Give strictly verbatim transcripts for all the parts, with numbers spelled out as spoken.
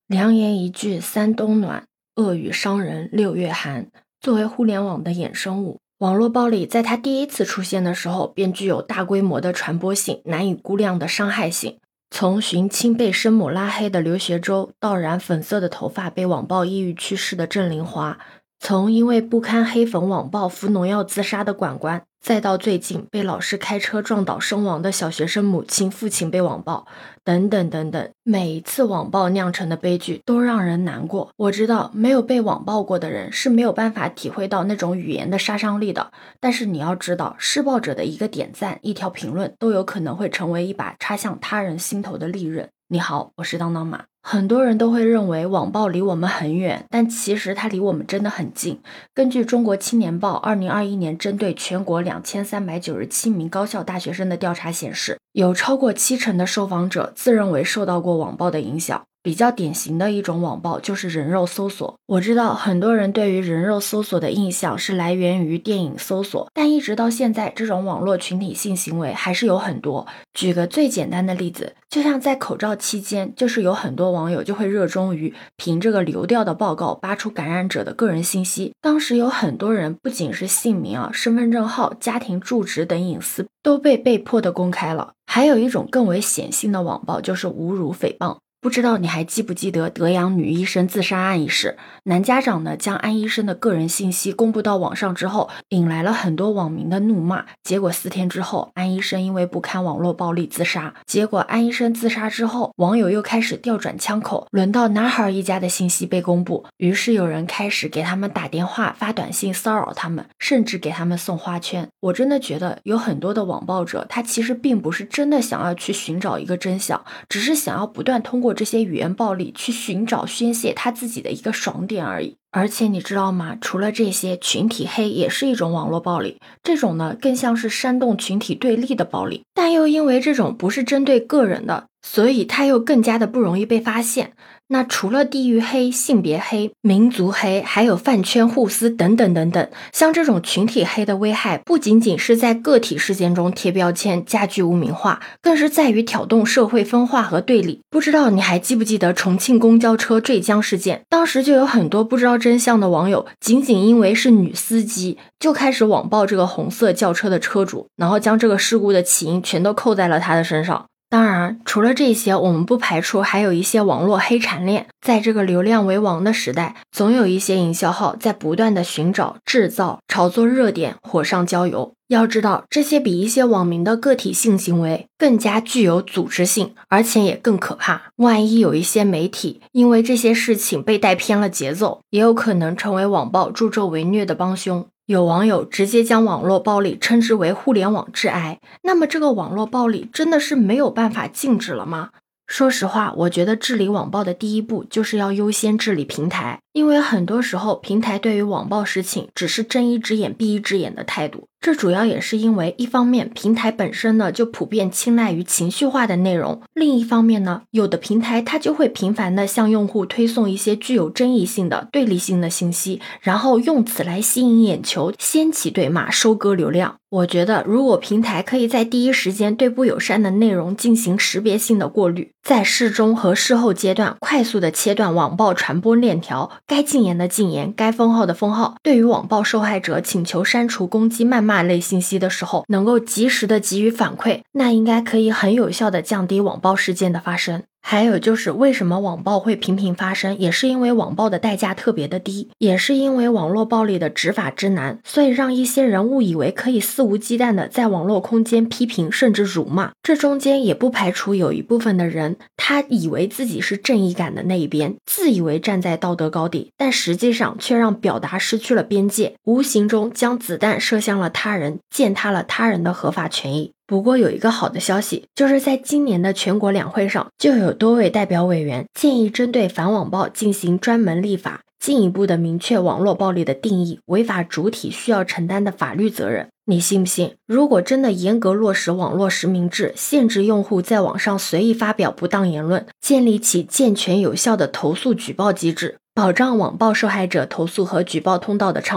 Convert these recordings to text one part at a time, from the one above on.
良言一句三冬暖，恶语伤人六月寒。作为互联网的衍生物，网络暴力在它第一次出现的时候便具有大规模的传播性，难以估量的伤害性。从寻亲被生母拉黑的刘学周，到染粉色的头发被网暴抑郁去世的郑林华，从因为不堪黑粉网暴服农药自杀的管管，再到最近被老师开车撞倒身亡的小学生母亲父亲被网暴，等等等等，每一次网暴酿成的悲剧都让人难过。我知道没有被网暴过的人是没有办法体会到那种语言的杀伤力的，但是你要知道，施暴者的一个点赞、一条评论都有可能会成为一把插向他人心头的利刃。你好，我是当当马。很多人都会认为网暴离我们很远，但其实它离我们真的很近。根据中国青年报二零二一年针对全国两千三百九十七名高校大学生的调查显示，有超过七成的受访者自认为受到过网暴的影响。比较典型的一种网暴就是人肉搜索。我知道很多人对于人肉搜索的印象是来源于电影搜索，但一直到现在，这种网络群体性行为还是有很多。举个最简单的例子，就像在口罩期间，就是有很多网友就会热衷于凭这个流调的报告扒出感染者的个人信息。当时有很多人不仅是姓名啊、身份证号、家庭住址等隐私都被被迫的公开了。还有一种更为显性的网暴就是侮辱诽谤。不知道你还记不记得德阳女医生自杀案一事？男家长呢将安医生的个人信息公布到网上之后，引来了很多网民的怒骂。结果四天之后，安医生因为不堪网络暴力自杀。结果安医生自杀之后，网友又开始调转枪口，轮到男孩一家的信息被公布。于是有人开始给他们打电话、发短信骚扰他们，甚至给他们送花圈。我真的觉得有很多的网暴者，他其实并不是真的想要去寻找一个真相，只是想要不断通过这些语言暴力去寻找宣泄他自己的一个爽点而已。而且你知道吗？除了这些，群体黑也是一种网络暴力，这种呢更像是煽动群体对立的暴力，但又因为这种不是针对个人的，所以它又更加的不容易被发现。那除了地域黑、性别黑、民族黑，还有饭圈互撕等等等等，像这种群体黑的危害不仅仅是在个体事件中贴标签加剧污名化，更是在于挑动社会分化和对立。不知道你还记不记得重庆公交车坠江事件？当时就有很多不知道真相的网友，仅仅因为是女司机就开始网暴这个红色轿车的车主，然后将这个事故的起因全都扣在了他的身上。当然，除了这些，我们不排除还有一些网络黑产链。在这个流量为王的时代，总有一些营销号在不断的寻找、制造、炒作热点，火上浇油。要知道，这些比一些网民的个体性行为更加具有组织性，而且也更可怕。万一有一些媒体因为这些事情被带偏了节奏，也有可能成为网暴助纣为虐的帮凶。有网友直接将网络暴力称之为互联网致癌，那么这个网络暴力真的是没有办法禁止了吗？说实话，我觉得治理网暴的第一步就是要优先治理平台，因为很多时候平台对于网暴事情只是睁一只眼闭一只眼的态度。这主要也是因为一方面平台本身呢就普遍青睐于情绪化的内容，另一方面呢有的平台它就会频繁的向用户推送一些具有争议性的对立性的信息，然后用此来吸引眼球，掀起对骂，收割流量。我觉得如果平台可以在第一时间对不友善的内容进行识别性的过滤，在事中和事后阶段快速的切断网暴传播链条，该禁言的禁言，该封号的封号，对于网暴受害者请求删除攻击谩骂类信息的时候能够及时的给予反馈，那应该可以很有效的降低网暴事件的发生。还有就是为什么网暴会频频发生，也是因为网暴的代价特别的低，也是因为网络暴力的执法之难，所以让一些人误以为可以肆无忌惮的在网络空间批评甚至辱骂。这中间也不排除有一部分的人，他以为自己是正义感的那一边，自以为站在道德高地，但实际上却让表达失去了边界，无形中将子弹射向了他人，践踏了他人的合法权益。不过有一个好的消息，就是在今年的全国两会上，就有多位代表委员建议针对反网暴进行专门立法，进一步的明确网络暴力的定义，违法主体需要承担的法律责任。你信不信，如果真的严格落实网络实名制，限制用户在网上随意发表不当言论，建立起健全有效的投诉举报机制，保障网暴受害者投诉和举报通道的畅通，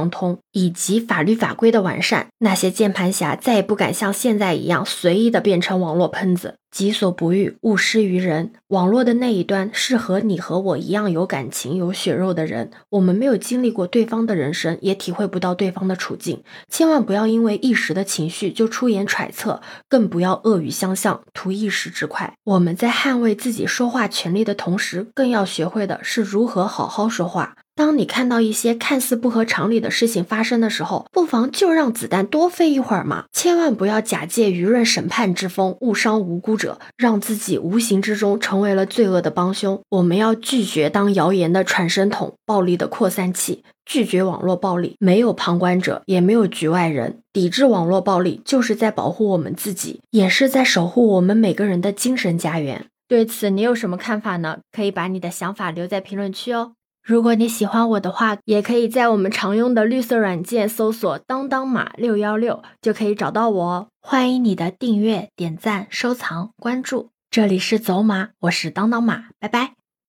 以及法律法规的完善，那些键盘侠再也不敢像现在一样随意的变成网络喷子。己所不欲，勿施于人。网络的那一端是和你和我一样有感情、有血肉的人，我们没有经历过对方的人生，也体会不到对方的处境。千万不要因为一时的情绪就出言揣测，更不要恶语相向，图一时之快。我们在捍卫自己说话权利的同时，更要学会的是如何好好说话。当你看到一些看似不合常理的事情发生的时候，不妨就让子弹多飞一会儿嘛。千万不要假借舆论审判之风误伤无辜者，让自己无形之中成为了罪恶的帮凶。我们要拒绝当谣言的传声筒，暴力的扩散器，拒绝网络暴力。没有旁观者，也没有局外人。抵制网络暴力就是在保护我们自己，也是在守护我们每个人的精神家园。对此你有什么看法呢？可以把你的想法留在评论区哦。如果你喜欢我的话，也可以在我们常用的绿色软件搜索当当马六一六就可以找到我哦。欢迎你的订阅、点赞、收藏、关注。这里是走马，我是当当马，拜拜。